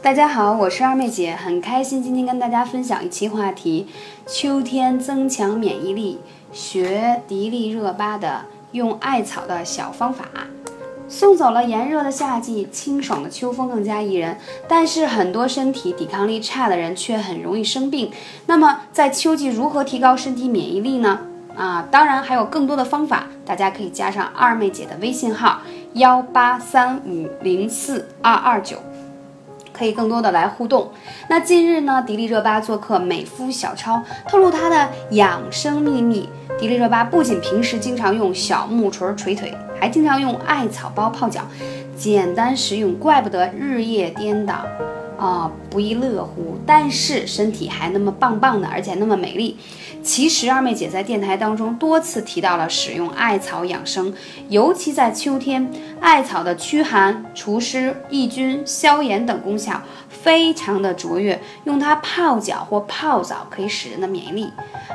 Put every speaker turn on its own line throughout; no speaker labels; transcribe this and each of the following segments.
大家好，我是二妹姐，很开心今天跟大家分享一期话题：秋天增强免疫力，学迪丽热巴的用艾草的小方法。送走了炎热的夏季，清爽的秋风更加宜人。但是很多身体抵抗力差的人却很容易生病。那么在秋季如何提高身体免疫力呢？当然还有更多的方法，大家可以加上二妹姐的微信号183504229。可以更多的来互动。那近日呢，迪丽热巴做客美肤小超，透露她的养生秘密。迪丽热巴不仅平时经常用小木锤捶腿，还经常用艾草包泡脚，简单实用，怪不得日夜颠倒不亦乐乎。但是身体还那么棒棒的，而且那么美丽。其实二妹姐在电台当中多次提到了使用艾草养生，尤其在秋天，艾草的驱寒、除湿、抑菌、消炎等功效非常的卓越，用它泡脚或泡澡可以使人的免疫力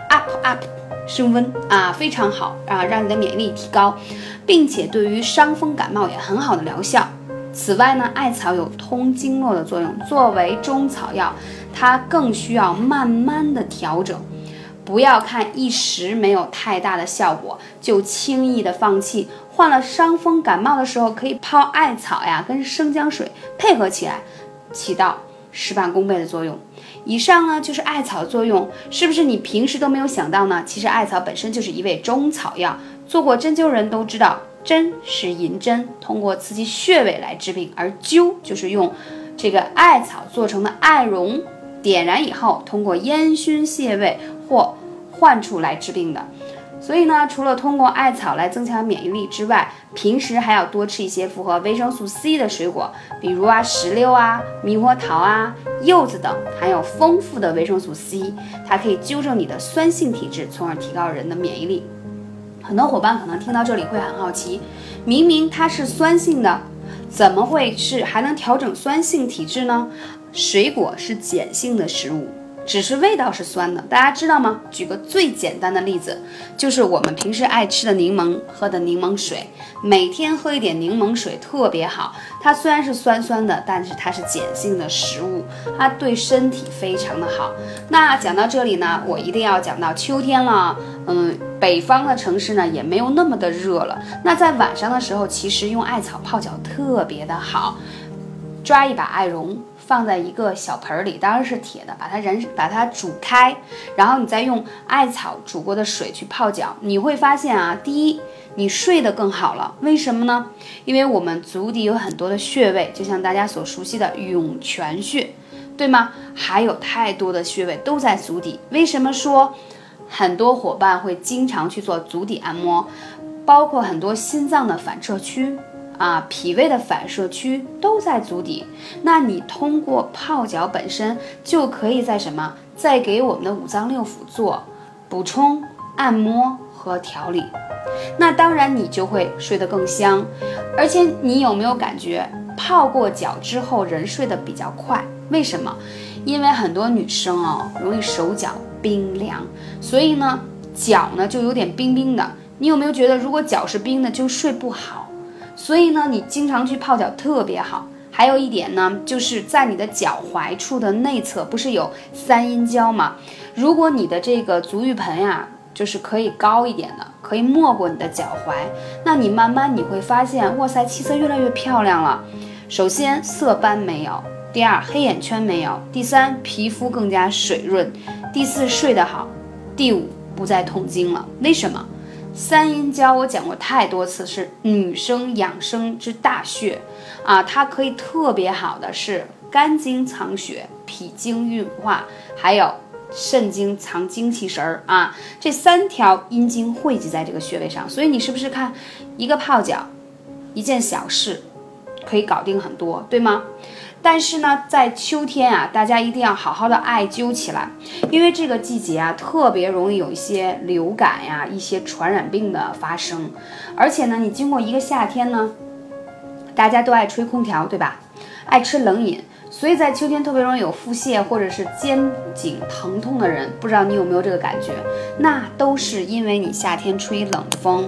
up 升温非常好让你的免疫力提高，并且对于伤风感冒也很好的疗效。此外呢，艾草有通经络的作用，作为中草药，它更需要慢慢的调整。不要看一时没有太大的效果就轻易的放弃，患了伤风感冒的时候，可以泡艾草跟生姜水配合起来，起到事半功倍的作用。以上呢就是艾草的作用，是不是你平时都没有想到呢？其实艾草本身就是一味中草药，做过针灸人都知道，针是银针，通过刺激穴位来治病，而灸就是用这个艾草做成的艾绒，点燃以后通过烟熏泻胃或患处来治病的。所以呢，除了通过艾草来增强免疫力之外，平时还要多吃一些符合维生素 C 的水果，比如石榴猕猴桃柚子等，含有丰富的维生素 C， 它可以纠正你的酸性体质，从而提高人的免疫力。很多伙伴可能听到这里会很好奇，明明它是酸性的，怎么会是还能调整酸性体质呢？水果是碱性的食物，只是味道是酸的，大家知道吗？举个最简单的例子，就是我们平时爱吃的柠檬，喝的柠檬水，每天喝一点柠檬水特别好。它虽然是酸酸的，但是它是碱性的食物，它对身体非常的好。那讲到这里呢，我一定要讲到秋天了，北方的城市呢也没有那么的热了。那在晚上的时候，其实用艾草泡脚特别的好，抓一把艾绒，放在一个小盆里，当然是铁的，把它煮开，然后你再用艾草煮过的水去泡脚，你会发现第一，你睡得更好了。为什么呢？因为我们足底有很多的穴位，就像大家所熟悉的涌泉穴，对吗？还有太多的穴位都在足底。为什么说很多伙伴会经常去做足底按摩？包括很多心脏的反射区脾胃的反射区都在足底。那你通过泡脚本身就可以再给我们的五脏六腑做补充、按摩和调理。那当然你就会睡得更香。而且你有没有感觉泡过脚之后人睡得比较快？为什么？因为很多女生容易手脚冰凉，所以呢脚呢就有点冰冰的。你有没有觉得如果脚是冰的就睡不好？所以呢，你经常去泡脚特别好。还有一点呢，就是在你的脚踝处的内侧，不是有三阴交吗？如果你的这个足浴盆就是可以高一点的，可以没过你的脚踝，那你慢慢你会发现，哇塞，气色越来越漂亮了。首先，色斑没有；第二，黑眼圈没有；第三，皮肤更加水润；第四，睡得好；第五，不再痛经了。为什么？三阴交我讲过太多次，是女生养生之大穴它可以特别好的是肝经藏血、脾经运化，还有肾经藏精气神这3条阴经汇集在这个穴位上。所以你是不是看一个泡脚，一件小事可以搞定很多，对吗？但是呢，在秋天大家一定要好好的艾灸起来，因为这个季节特别容易有一些流感一些传染病的发生。而且呢，你经过一个夏天呢，大家都爱吹空调，对吧？爱吃冷饮，所以在秋天特别容易有腹泻或者是肩颈疼痛的人，不知道你有没有这个感觉？那都是因为你夏天吹冷风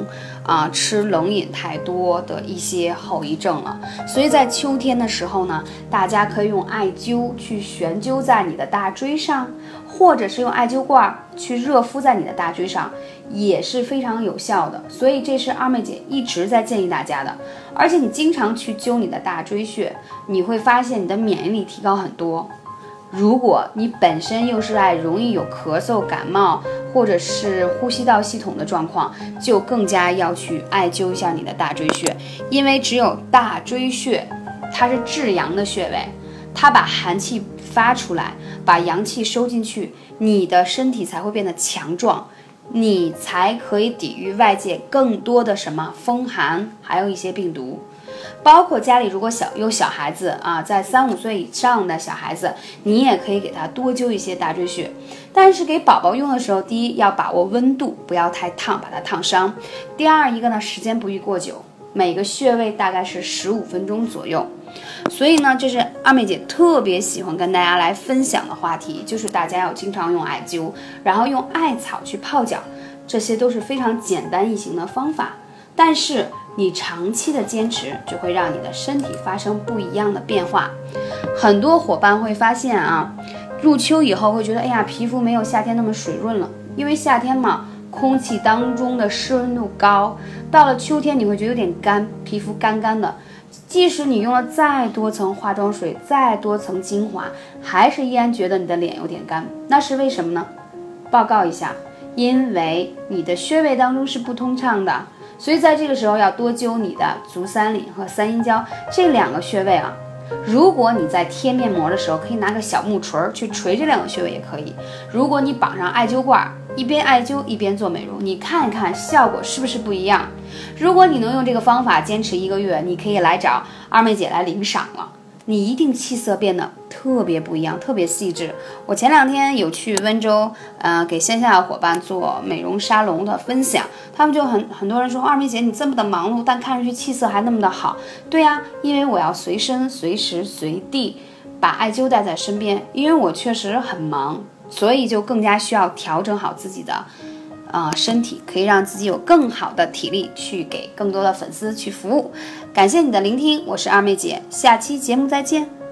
吃冷饮太多的一些后遗症了。所以在秋天的时候呢，大家可以用艾灸去悬灸在你的大椎上，或者是用艾灸罐去热敷在你的大椎上，也是非常有效的。所以这是二妹姐一直在建议大家的。而且你经常去灸你的大椎穴，你会发现你的免疫力提高很多。如果你本身又是容易有咳嗽、感冒或者是呼吸道系统的状况，就更加要去艾灸一下你的大椎穴，因为只有大椎穴它是至阳的穴位，它把寒气发出来，把阳气收进去，你的身体才会变得强壮，你才可以抵御外界更多的风寒，还有一些病毒。包括家里如果有小孩子在3、5岁以上的小孩子，你也可以给他多灸一些大椎穴。但是给宝宝用的时候，第一要把握温度，不要太烫，把它烫伤。第二一个呢，时间不宜过久，每个穴位大概是15分钟左右。所以呢，这是二妹姐特别喜欢跟大家来分享的话题，就是大家要经常用艾灸，然后用艾草去泡脚，这些都是非常简单易行的方法。但是你长期的坚持，就会让你的身体发生不一样的变化。很多伙伴会发现入秋以后会觉得，哎呀，皮肤没有夏天那么水润了，因为夏天嘛，空气当中的湿润度高，到了秋天你会觉得有点干，皮肤干干的。即使你用了再多层化妆水，再多层精华，还是依然觉得你的脸有点干，那是为什么呢？报告一下，因为你的穴位当中是不通畅的。所以在这个时候要多灸你的足三里和三阴交这2个穴位如果你在贴面膜的时候，可以拿个小木锤去捶这2个穴位也可以。如果你绑上艾灸罐，一边艾灸一边做美容，你看一看效果是不是不一样？如果你能用这个方法坚持1个月，你可以来找二妹姐来领赏了。你一定气色变得特别不一样，特别细致。我前2天有去温州，给线下的伙伴做美容沙龙的分享，他们就很多人说，二妹姐你这么的忙碌，但看上去气色还那么的好。对呀，因为我要随身随时随地把艾灸带在身边，因为我确实很忙，所以就更加需要调整好自己的身体，可以让自己有更好的体力去给更多的粉丝去服务。感谢你的聆听，我是二妹姐，下期节目再见。